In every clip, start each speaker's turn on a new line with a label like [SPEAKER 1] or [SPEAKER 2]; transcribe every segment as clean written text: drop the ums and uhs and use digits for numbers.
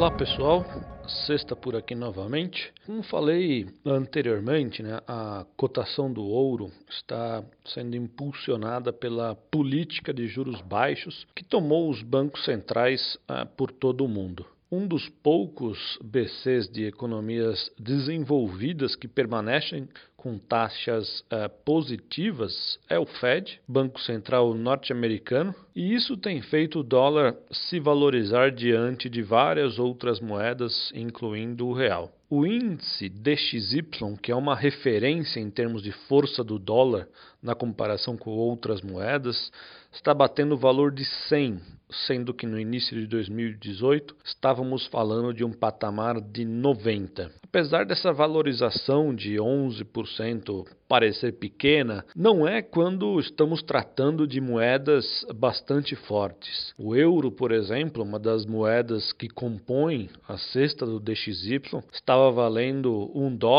[SPEAKER 1] Olá pessoal, sexta por aqui novamente. Como falei anteriormente, a cotação do ouro está sendo impulsionada pela política de juros baixos que tomou os bancos centrais por todo o mundo. Um dos poucos BCs de economias desenvolvidas que permanecem com taxas positivas é o Fed, Banco Central norte-americano, e isso tem feito o dólar se valorizar diante de várias outras moedas, incluindo o real. O índice DXY, que é uma referência em termos de força do dólar na comparação com outras moedas, está batendo o valor de 100, sendo que no início de 2018 estávamos falando de um patamar de 90. Apesar dessa valorização de 11% parecer pequena, não é quando estamos tratando de moedas bastante fortes. O euro, por exemplo, uma das moedas que compõem a cesta do DXY, estava valendo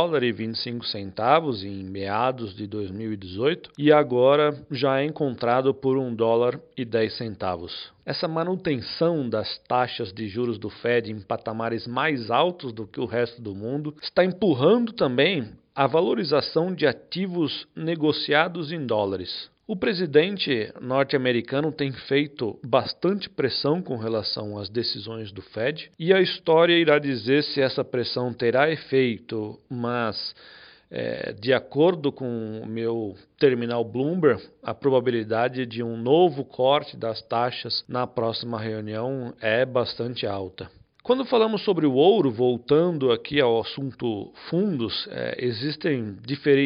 [SPEAKER 1] $1,25 em meados de 2018 e agora já é encontrado por $1,10. Essa manutenção das taxas de juros do Fed em patamares mais altos do que o resto do mundo está empurrando também a valorização de ativos negociados em dólares. O presidente norte-americano tem feito bastante pressão com relação às decisões do Fed e a história irá dizer se essa pressão terá efeito, mas de acordo com o meu terminal Bloomberg, a probabilidade de um novo corte das taxas na próxima reunião é bastante alta. Quando falamos sobre o ouro, voltando aqui ao assunto fundos, existem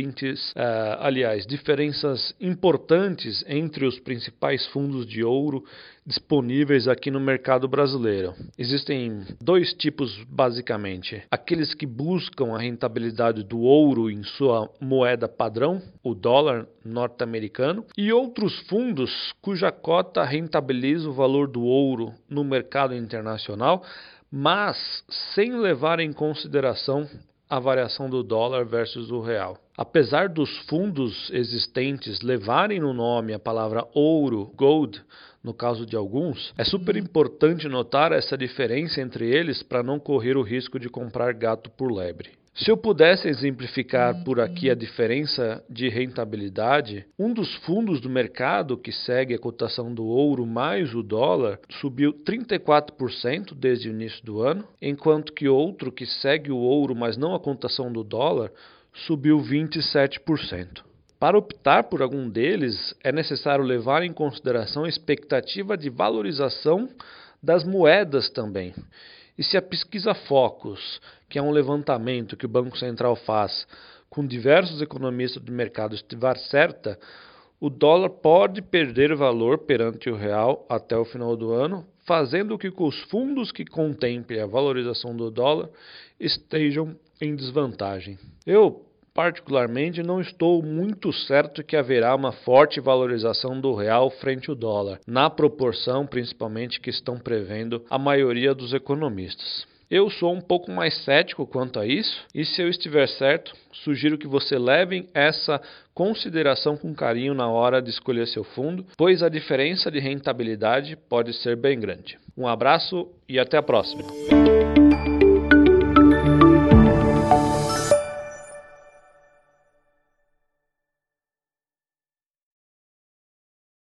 [SPEAKER 1] diferenças importantes entre os principais fundos de ouro disponíveis aqui no mercado brasileiro. Existem dois tipos basicamente: aqueles que buscam a rentabilidade do ouro em sua moeda padrão, o dólar norte-americano, e outros fundos cuja cota rentabiliza o valor do ouro no mercado internacional, mas sem levar em consideração a variação do dólar versus o real. Apesar dos fundos existentes levarem no nome a palavra ouro, gold, no caso de alguns, é super importante notar essa diferença entre eles para não correr o risco de comprar gato por lebre. Se eu pudesse exemplificar por aqui a diferença de rentabilidade, um dos fundos do mercado que segue a cotação do ouro mais o dólar subiu 34% desde o início do ano, enquanto que outro que segue o ouro, mas não a cotação do dólar, subiu 27%. Para optar por algum deles, é necessário levar em consideração a expectativa de valorização das moedas também. E se a pesquisa Focus, que é um levantamento que o Banco Central faz com diversos economistas do mercado, estiver certa, o dólar pode perder valor perante o real até o final do ano, fazendo com que os fundos que contemplem a valorização do dólar estejam em desvantagem. Eu, particularmente, não estou muito certo que haverá uma forte valorização do real frente ao dólar, na proporção principalmente que estão prevendo a maioria dos economistas. Eu sou um pouco mais cético quanto a isso, e se eu estiver certo, sugiro que você leve essa consideração com carinho na hora de escolher seu fundo, pois a diferença de rentabilidade pode ser bem grande. Um abraço e até a próxima!